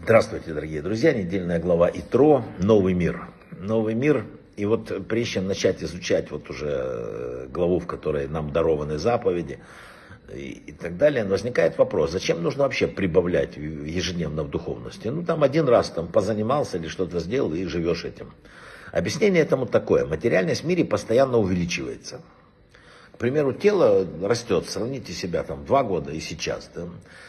Здравствуйте, дорогие друзья. Недельная глава Итро. Новый мир. Новый мир. И вот прежде чем начать изучать вот уже главу, в которой нам дарованы заповеди и так далее, возникает вопрос, зачем нужно вообще прибавлять ежедневно в духовности? Ну, там один раз там позанимался или что-то сделал и живешь этим. Объяснение этому такое. Материальность в мире постоянно увеличивается. К примеру, тело растет, сравните себя там 2 года и сейчас, да?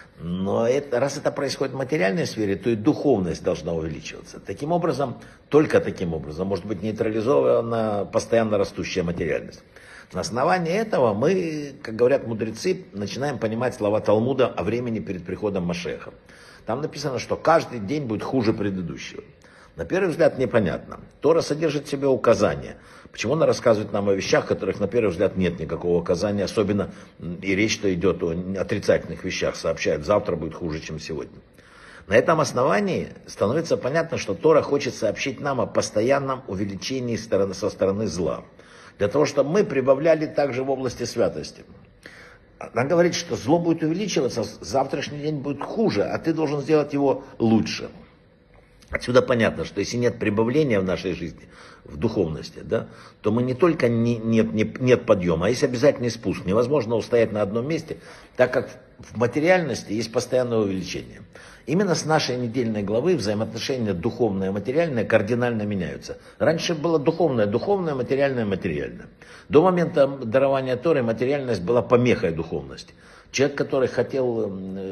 Но раз это происходит в материальной сфере, то и духовность должна увеличиваться. Таким образом, только таким образом может быть нейтрализована постоянно растущая материальность. На основании этого мы, как говорят мудрецы, начинаем понимать слова Талмуда о времени перед приходом Машеха. Там написано, что каждый день будет хуже предыдущего. На первый взгляд непонятно. Тора содержит в себе указания. Почему она рассказывает нам о вещах, в которых на первый взгляд нет никакого указания, особенно и речь-то идет о отрицательных вещах, сообщает, завтра будет хуже, чем сегодня. На этом основании становится понятно, что Тора хочет сообщить нам о постоянном увеличении со стороны зла. Для того, чтобы мы прибавляли также в области святости. Она говорит, что зло будет увеличиваться, завтрашний день будет хуже, а ты должен сделать его лучше. Отсюда понятно, что если нет прибавления в нашей жизни, в духовности, да, то мы не только нет подъема, а есть обязательный спуск. Невозможно устоять на одном месте, так как в материальности есть постоянное увеличение. Именно с нашей недельной главы взаимоотношения духовное и материальное кардинально меняются. Раньше было духовное, материальное, материальное. До момента дарования Торы материальность была помехой духовности. Человек, который хотел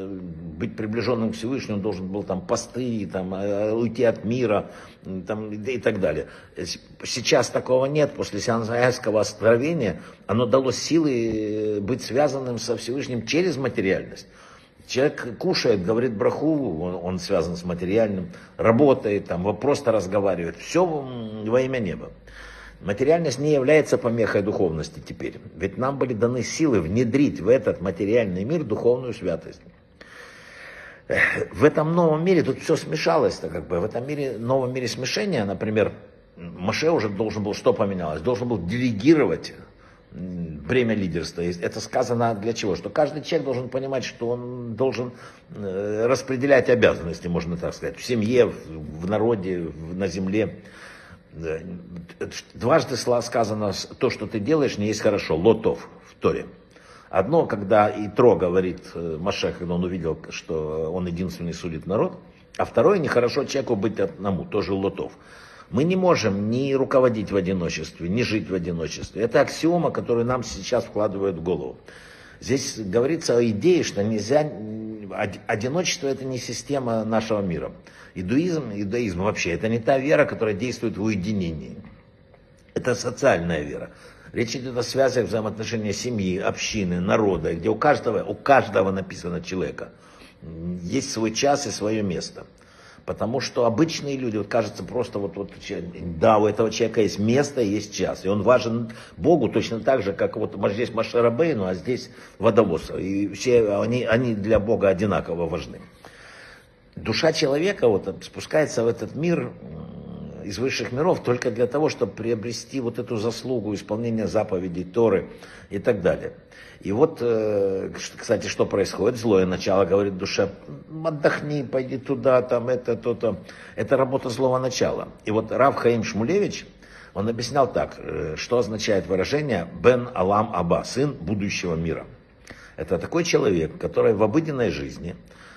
быть приближенным к Всевышнему, он должен был там посты, там, уйти от мира там, и так далее. Сейчас такого нет. После сианского откровения оно дало силы быть связанным со Всевышним через материальность. Человек кушает, говорит браху, он связан с материальным, работает, там, просто разговаривает. Все во имя неба. Материальность не является помехой духовности теперь. Ведь нам были даны силы внедрить в этот материальный мир духовную святость. В этом новом мире тут все смешалось-то как бы. В этом мире, новом мире смешения, например, Моше уже должен был, что поменялось? Должен был делегировать бремя лидерства. Это сказано для чего? Что каждый человек должен понимать, что он должен распределять обязанности, можно так сказать, в семье, в народе, на земле. Дважды сказано, то, что ты делаешь, не есть хорошо, лотов в Торе. Одно, когда Итро говорит Моше, когда он увидел, что он единственный судит народ, а второе, нехорошо человеку быть одному, тоже лотов. Мы не можем ни руководить в одиночестве, ни жить в одиночестве. Это аксиома, которую нам сейчас вкладывают в голову. Здесь говорится о идее, что нельзя... Одиночество — это не система нашего мира. Иудаизм вообще, это не та вера, которая действует в уединении. Это социальная вера. Речь идет о связях взаимоотношений семьи, общины, народа, где у каждого написано человека. Есть свой час и свое место. Потому что обычные люди, вот кажется просто да, у этого человека есть место, есть час. И он важен Богу точно так же, как вот здесь Моше Рабейну, а здесь водовоз. И все они для Бога одинаково важны. Душа человека спускается в этот мир из высших миров только для того, чтобы приобрести вот эту заслугу исполнения заповедей Торы и так далее. И вот, кстати, что происходит? Злое начало говорит душе: отдохни, пойди туда, там это, то-то. Это работа злого начала. И вот Рав Хаим Шмулевич, он объяснял так, что означает выражение «бен алам аба», сын будущего мира. Это такой человек, который в обыденной жизни,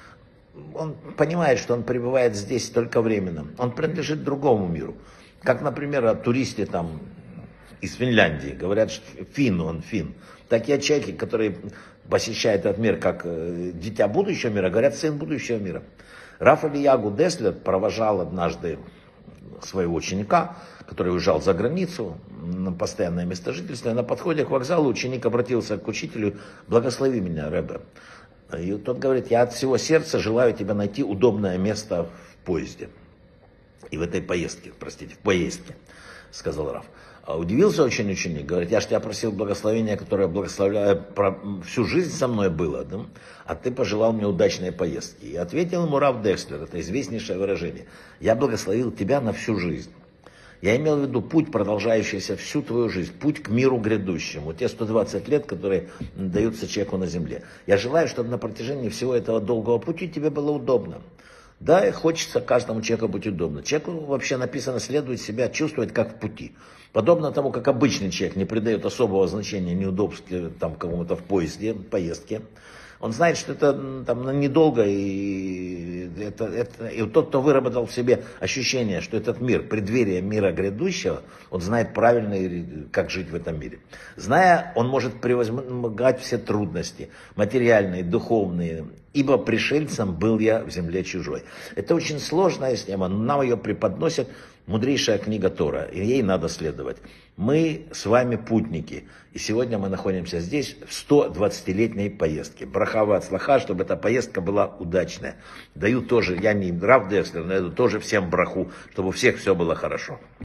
он понимает, что он пребывает здесь только временно. Он принадлежит другому миру. Как, например, о туристе там из Финляндии. Говорят, что он фин. Такие человеки, которые посещают этот мир как дитя будущего мира, говорят, сын будущего мира. Рав Ильягу Деслер провожал однажды своего ученика, который уезжал за границу на постоянное место жительства. И на подходе к вокзалу ученик обратился к учителю: «Благослови меня, Ребе». И тот говорит: «Я от всего сердца желаю тебе найти удобное место в поезде». И в этой поездке, в поездке, сказал Рав. А удивился очень ученик, говорит: «Я же тебя просил благословения, которое благословляю всю жизнь со мной было, да? А ты пожелал мне удачной поездки». И ответил ему Рав Деслер, это известнейшее выражение: «Я благословил тебя на всю жизнь». Я имел в виду путь, продолжающийся всю твою жизнь, путь к миру грядущему, те 120 лет, которые даются человеку на земле. Я желаю, чтобы на протяжении всего этого долгого пути тебе было удобно. Да, и хочется каждому человеку быть удобно. Человеку вообще написано следует себя чувствовать как в пути. Подобно тому, как обычный человек не придает особого значения неудобству там кому-то в поезде, поездке. Он знает, что это там недолго, и тот, кто выработал в себе ощущение, что этот мир, преддверие мира грядущего, он знает правильно, как жить в этом мире. Зная, он может превозмогать все трудности, материальные, духовные, ибо пришельцем был я в земле чужой. Это очень сложная тема, но нам ее преподносят мудрейшая книга Тора, и ей надо следовать. Мы с вами путники, и сегодня мы находимся здесь в 120-летней поездке. Браха вацлаха, чтобы эта поездка была удачная. Даю тоже, я не Рав Деслер, но я даю тоже всем браху, чтобы у всех все было хорошо.